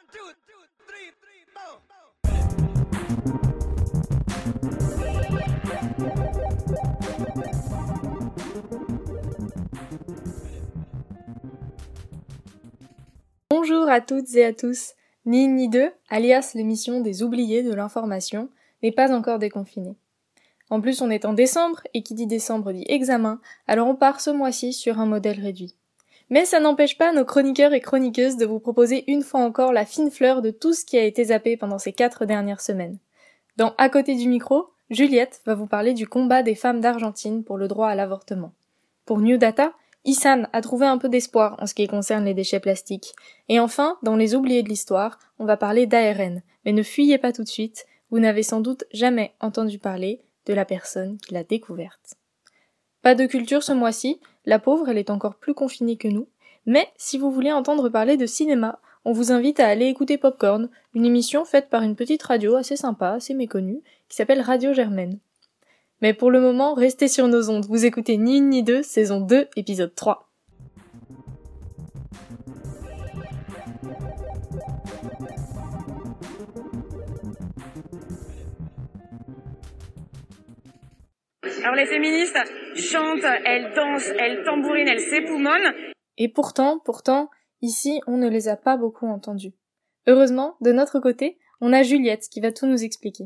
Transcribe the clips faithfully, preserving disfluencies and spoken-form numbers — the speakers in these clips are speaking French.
Bonjour à toutes et à tous. Ni une ni deux, alias l'émission des oubliés de l'information, n'est pas encore déconfinée. En plus, on est en décembre, et qui dit décembre dit examen, alors on part ce mois-ci sur un modèle réduit. Mais ça n'empêche pas nos chroniqueurs et chroniqueuses de vous proposer une fois encore la fine fleur de tout ce qui a été zappé pendant ces quatre dernières semaines. Dans À côté du micro, Juliette va vous parler du combat des femmes d'Argentine pour le droit à l'avortement. Pour New Data, Issan a trouvé un peu d'espoir en ce qui concerne les déchets plastiques. Et enfin, dans les oubliés de l'histoire, on va parler d'A R N. Mais ne fuyez pas tout de suite, vous n'avez sans doute jamais entendu parler de la personne qui l'a découverte. Pas de culture ce mois-ci, la pauvre elle est encore plus confinée que nous, mais si vous voulez entendre parler de cinéma, on vous invite à aller écouter Popcorn, une émission faite par une petite radio assez sympa, assez méconnue, qui s'appelle Radio Germaine. Mais pour le moment, restez sur nos ondes, vous écoutez Ni une ni deux, saison deux, épisode trois. Alors les féministes chantent, elles dansent, elles tambourinent, elles s'époumonnent. Et pourtant, pourtant, ici, on ne les a pas beaucoup entendues. Heureusement, de notre côté, on a Juliette qui va tout nous expliquer.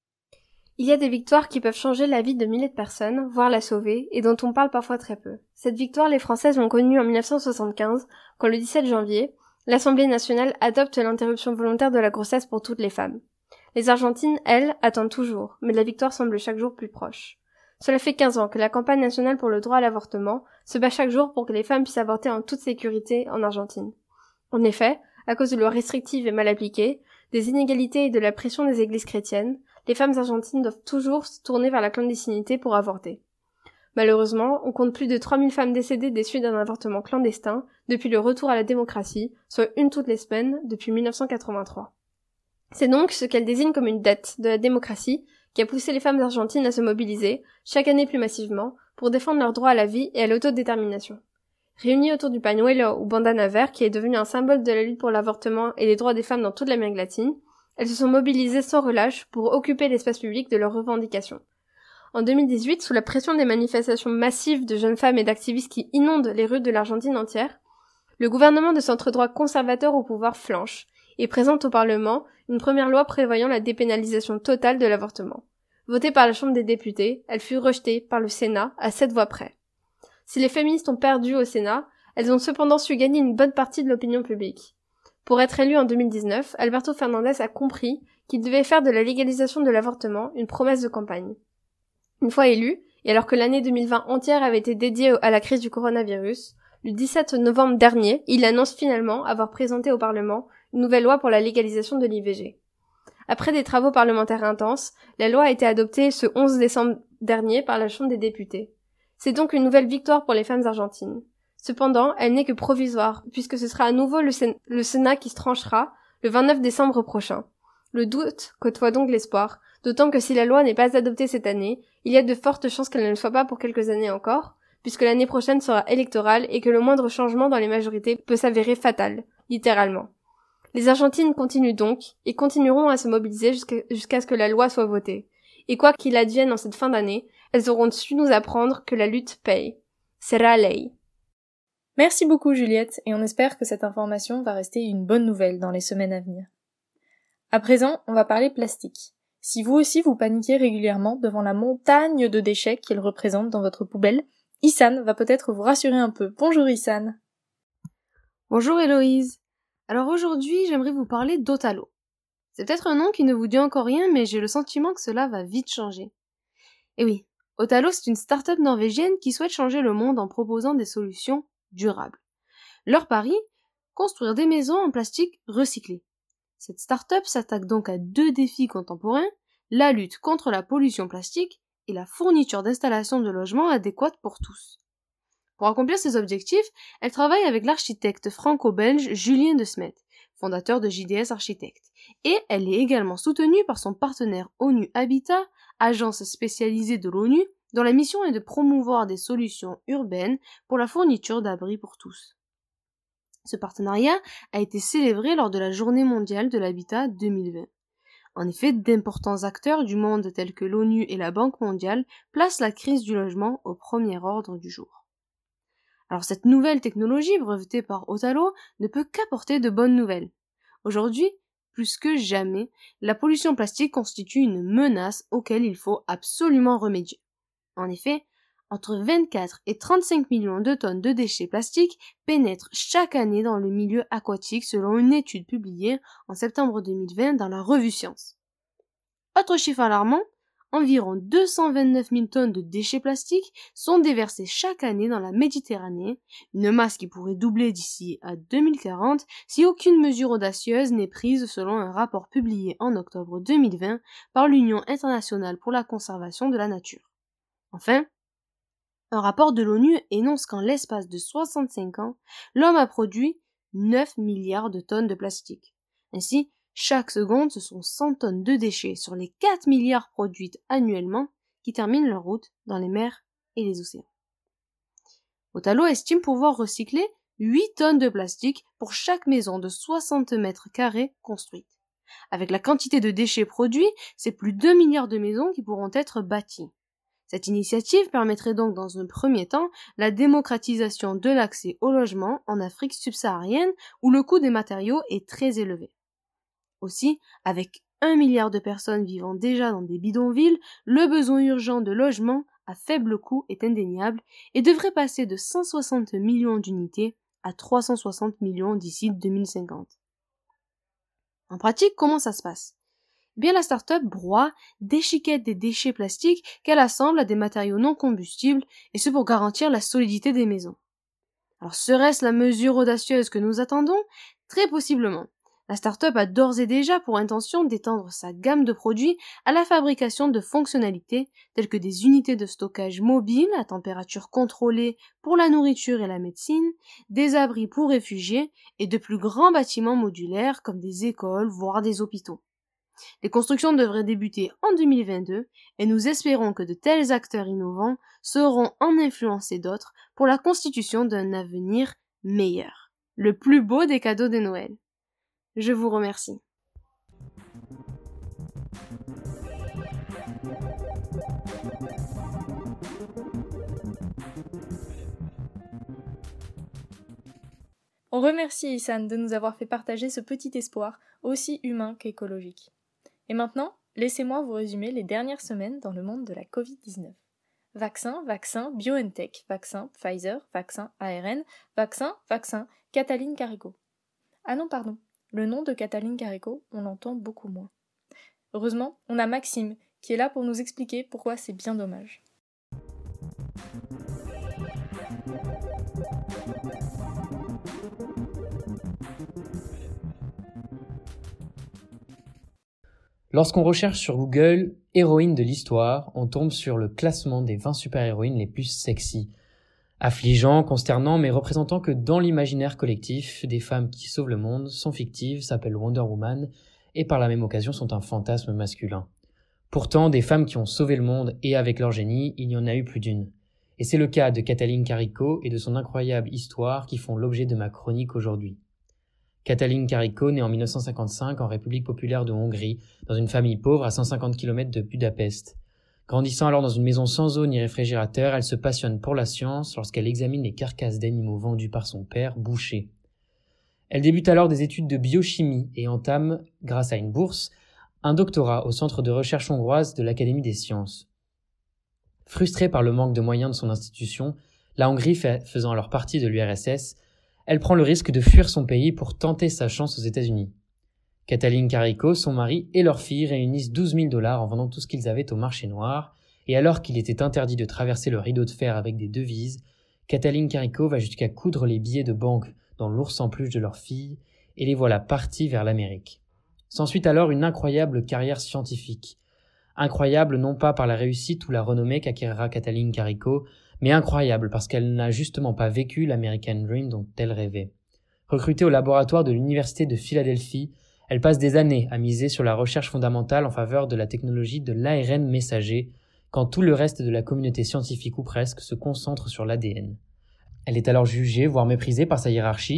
Il y a des victoires qui peuvent changer la vie de milliers de personnes, voire la sauver, et dont on parle parfois très peu. Cette victoire, les Françaises l'ont connue en mille neuf cent soixante-quinze, quand le dix-sept janvier, l'Assemblée nationale adopte l'interruption volontaire de la grossesse pour toutes les femmes. Les Argentines, elles, attendent toujours, mais la victoire semble chaque jour plus proche. Cela fait quinze ans que la campagne nationale pour le droit à l'avortement se bat chaque jour pour que les femmes puissent avorter en toute sécurité en Argentine. En effet, à cause de lois restrictives et mal appliquées, des inégalités et de la pression des églises chrétiennes, les femmes argentines doivent toujours se tourner vers la clandestinité pour avorter. Malheureusement, on compte plus de trois mille femmes décédées des suites d'un avortement clandestin depuis le retour à la démocratie, soit une toutes les semaines depuis mille neuf cent quatre-vingt-trois. C'est donc ce qu'elle désigne comme une dette de la démocratie qui a poussé les femmes argentines à se mobiliser, chaque année plus massivement, pour défendre leur droit à la vie et à l'autodétermination. Réunies autour du pañuelo ou bandana vert qui est devenu un symbole de la lutte pour l'avortement et les droits des femmes dans toute l'Amérique latine, elles se sont mobilisées sans relâche pour occuper l'espace public de leurs revendications. En deux mille dix-huit, sous la pression des manifestations massives de jeunes femmes et d'activistes qui inondent les rues de l'Argentine entière, le gouvernement de centre-droit conservateur au pouvoir flanche et présente au Parlement une première loi prévoyant la dépénalisation totale de l'avortement. Votée par la Chambre des députés, elle fut rejetée par le Sénat à sept voix près. Si les féministes ont perdu au Sénat, elles ont cependant su gagner une bonne partie de l'opinion publique. Pour être élu en deux mille dix-neuf, Alberto Fernandez a compris qu'il devait faire de la légalisation de l'avortement une promesse de campagne. Une fois élu, et alors que l'année deux mille vingt entière avait été dédiée à la crise du coronavirus, le dix-sept novembre dernier, il annonce finalement avoir présenté au Parlement une nouvelle loi pour la légalisation de l'I V G. Après des travaux parlementaires intenses, la loi a été adoptée ce onze décembre dernier par la Chambre des députés. C'est donc une nouvelle victoire pour les femmes argentines. Cependant, elle n'est que provisoire, puisque ce sera à nouveau le, Sén- le Sénat qui se tranchera le vingt-neuf décembre prochain. Le doute côtoie donc l'espoir, d'autant que si la loi n'est pas adoptée cette année, il y a de fortes chances qu'elle ne le soit pas pour quelques années encore, puisque l'année prochaine sera électorale et que le moindre changement dans les majorités peut s'avérer fatal, littéralement. Les Argentines continuent donc, et continueront à se mobiliser jusqu'à, jusqu'à ce que la loi soit votée. Et quoi qu'il advienne en cette fin d'année, elles auront su nous apprendre que la lutte paye. Sera ley. Merci beaucoup Juliette, et on espère que cette information va rester une bonne nouvelle dans les semaines à venir. À présent, on va parler plastique. Si vous aussi vous paniquez régulièrement devant la montagne de déchets qu'il représente dans votre poubelle, Issan va peut-être vous rassurer un peu. Bonjour Issan. Bonjour Héloïse. Alors aujourd'hui, j'aimerais vous parler d'Otalo. C'est peut-être un nom qui ne vous dit encore rien, mais j'ai le sentiment que cela va vite changer. Et oui, Otalo, c'est une start-up norvégienne qui souhaite changer le monde en proposant des solutions durables. Leur pari, construire des maisons en plastique recyclé. Cette start-up s'attaque donc à deux défis contemporains, la lutte contre la pollution plastique et la fourniture d'installations de logements adéquates pour tous. Pour accomplir ces objectifs, elle travaille avec l'architecte franco-belge Julien de Smet, fondateur de J D S Architectes, et elle est également soutenue par son partenaire ONU Habitat, agence spécialisée de l'ONU, dont la mission est de promouvoir des solutions urbaines pour la fourniture d'abris pour tous. Ce partenariat a été célébré lors de la Journée mondiale de l'habitat deux mille vingt. En effet, d'importants acteurs du monde tels que l'ONU et la Banque mondiale placent la crise du logement au premier ordre du jour. Alors cette nouvelle technologie brevetée par Otalo ne peut qu'apporter de bonnes nouvelles. Aujourd'hui, plus que jamais, la pollution plastique constitue une menace auquel il faut absolument remédier. En effet, entre vingt-quatre et trente-cinq millions de tonnes de déchets plastiques pénètrent chaque année dans le milieu aquatique selon une étude publiée en septembre deux mille vingt dans la revue Science. Autre chiffre alarmant, environ deux cent vingt-neuf mille tonnes de déchets plastiques sont déversées chaque année dans la Méditerranée, une masse qui pourrait doubler d'ici à deux mille quarante si aucune mesure audacieuse n'est prise selon un rapport publié en octobre deux mille vingt par l'Union internationale pour la conservation de la nature. Enfin, un rapport de l'ONU énonce qu'en l'espace de soixante-cinq ans, l'homme a produit neuf milliards de tonnes de plastique. Ainsi, chaque seconde, ce sont cent tonnes de déchets sur les quatre milliards produites annuellement qui terminent leur route dans les mers et les océans. Otalo estime pouvoir recycler huit tonnes de plastique pour chaque maison de soixante mètres carrés construite. Avec la quantité de déchets produits, c'est plus de deux milliards de maisons qui pourront être bâties. Cette initiative permettrait donc dans un premier temps la démocratisation de l'accès au logement en Afrique subsaharienne où le coût des matériaux est très élevé. Aussi, avec un milliard de personnes vivant déjà dans des bidonvilles, le besoin urgent de logement à faible coût est indéniable et devrait passer de cent soixante millions d'unités à trois cent soixante millions d'ici deux mille cinquante. En pratique, comment ça se passe ? Bien la start-up broie, déchiquette des déchets plastiques qu'elle assemble à des matériaux non combustibles, et ce pour garantir la solidité des maisons. Alors serait-ce la mesure audacieuse que nous attendons ? Très possiblement. La start-up a d'ores et déjà pour intention d'étendre sa gamme de produits à la fabrication de fonctionnalités telles que des unités de stockage mobiles à température contrôlée pour la nourriture et la médecine, des abris pour réfugiés et de plus grands bâtiments modulaires comme des écoles, voire des hôpitaux. Les constructions devraient débuter en deux mille vingt-deux et nous espérons que de tels acteurs innovants sauront en influencer d'autres pour la constitution d'un avenir meilleur. Le plus beau des cadeaux de Noël. Je vous remercie. On remercie Isan de nous avoir fait partager ce petit espoir, aussi humain qu'écologique. Et maintenant, laissez-moi vous résumer les dernières semaines dans le monde de la covid dix-neuf. Vaccin, vaccin, BioNTech, vaccin, Pfizer, vaccin, A R N, vaccin, vaccin, Katalin Karikó. Ah non, pardon, le nom de Katalin Karikó, on l'entend beaucoup moins. Heureusement, on a Maxime, qui est là pour nous expliquer pourquoi c'est bien dommage. Lorsqu'on recherche sur Google « héroïne de l'histoire », on tombe sur le classement des vingt super-héroïnes les plus sexy. Affligeant, consternant, mais représentant que dans l'imaginaire collectif, des femmes qui sauvent le monde sont fictives, s'appellent Wonder Woman, et par la même occasion sont un fantasme masculin. Pourtant, des femmes qui ont sauvé le monde et avec leur génie, il y en a eu plus d'une. Et c'est le cas de Katalin Karikó et de son incroyable histoire qui font l'objet de ma chronique aujourd'hui. Katalin Karikó naît en mille neuf cent cinquante-cinq en République populaire de Hongrie, dans une famille pauvre à cent cinquante kilomètres de Budapest. Grandissant alors dans une maison sans eau ni réfrigérateur, elle se passionne pour la science lorsqu'elle examine les carcasses d'animaux vendus par son père, boucher. Elle débute alors des études de biochimie et entame, grâce à une bourse, un doctorat au centre de recherche hongroise de l'Académie des sciences. Frustrée par le manque de moyens de son institution, la Hongrie fait, faisant alors partie de l'U R S S, elle prend le risque de fuir son pays pour tenter sa chance aux États-Unis. Katalin Karikó, son mari et leur fille réunissent douze mille dollars en vendant tout ce qu'ils avaient au marché noir, et alors qu'il était interdit de traverser le rideau de fer avec des devises, Katalin Karikó va jusqu'à coudre les billets de banque dans l'ours en peluche de leur fille, et les voilà partis vers l'Amérique. S'ensuit alors une incroyable carrière scientifique. Incroyable non pas par la réussite ou la renommée qu'acquérera Katalin Karikó, mais incroyable parce qu'elle n'a justement pas vécu l'American Dream dont elle rêvait. Recrutée au laboratoire de l'Université de Philadelphie, elle passe des années à miser sur la recherche fondamentale en faveur de la technologie de l'A R N messager, quand tout le reste de la communauté scientifique ou presque se concentre sur l'A D N. Elle est alors jugée, voire méprisée par sa hiérarchie,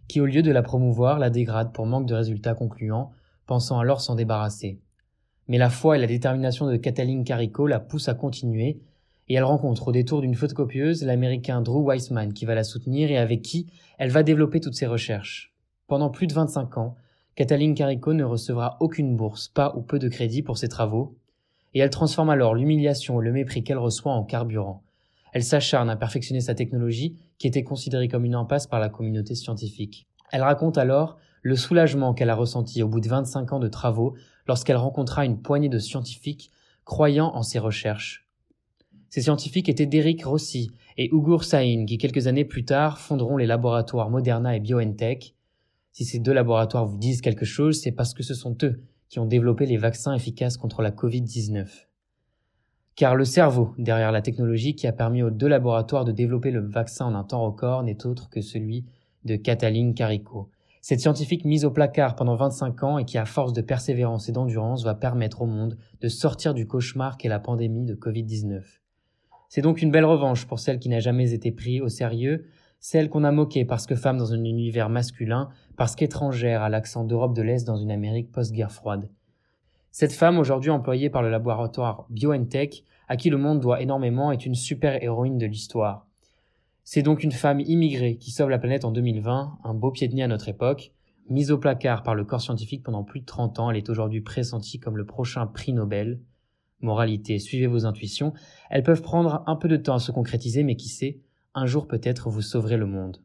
qui au lieu de la promouvoir, la dégrade pour manque de résultats concluants, pensant alors s'en débarrasser. Mais la foi et la détermination de Katalin Karikó la poussent à continuer, et elle rencontre au détour d'une photocopieuse l'américain Drew Weissman qui va la soutenir et avec qui elle va développer toutes ses recherches. Pendant plus de vingt-cinq ans, Katalin Karikó ne recevra aucune bourse, pas ou peu de crédit pour ses travaux, et elle transforme alors l'humiliation et le mépris qu'elle reçoit en carburant. Elle s'acharne à perfectionner sa technologie qui était considérée comme une impasse par la communauté scientifique. Elle raconte alors le soulagement qu'elle a ressenti au bout de vingt-cinq ans de travaux lorsqu'elle rencontra une poignée de scientifiques croyant en ses recherches. Ces scientifiques étaient Derek Rossi et Ugur Sahin qui quelques années plus tard fonderont les laboratoires Moderna et BioNTech. Si ces deux laboratoires vous disent quelque chose, c'est parce que ce sont eux qui ont développé les vaccins efficaces contre la covid dix-neuf. Car le cerveau derrière la technologie qui a permis aux deux laboratoires de développer le vaccin en un temps record n'est autre que celui de Katalin Karikó. Cette scientifique mise au placard pendant vingt-cinq ans et qui, à force de persévérance et d'endurance, va permettre au monde de sortir du cauchemar qu'est la pandémie de covid dix-neuf. C'est donc une belle revanche pour celle qui n'a jamais été prise au sérieux, celle qu'on a moquée parce que femme dans un univers masculin, parce qu'étrangère à l'accent d'Europe de l'Est dans une Amérique post-guerre froide. Cette femme, aujourd'hui employée par le laboratoire BioNTech, à qui le monde doit énormément, est une super-héroïne de l'histoire. C'est donc une femme immigrée qui sauve la planète en deux mille vingt, un beau pied de nez à notre époque. Mise au placard par le corps scientifique pendant plus de trente ans, elle est aujourd'hui pressentie comme le prochain prix Nobel. Moralité, suivez vos intuitions. Elles peuvent prendre un peu de temps à se concrétiser, mais qui sait, un jour peut-être vous sauverez le monde.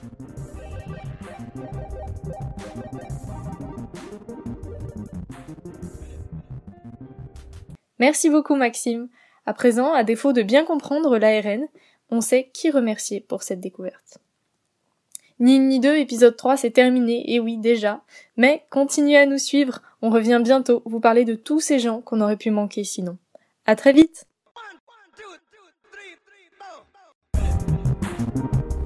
Merci beaucoup Maxime. À présent, à défaut de bien comprendre l'A R N, on sait qui remercier pour cette découverte. Ni une ni deux, épisode trois, c'est terminé, et oui déjà, mais continuez à nous suivre, on revient bientôt vous parler de tous ces gens qu'on aurait pu manquer sinon. À très vite! One, one, two, two, three, three,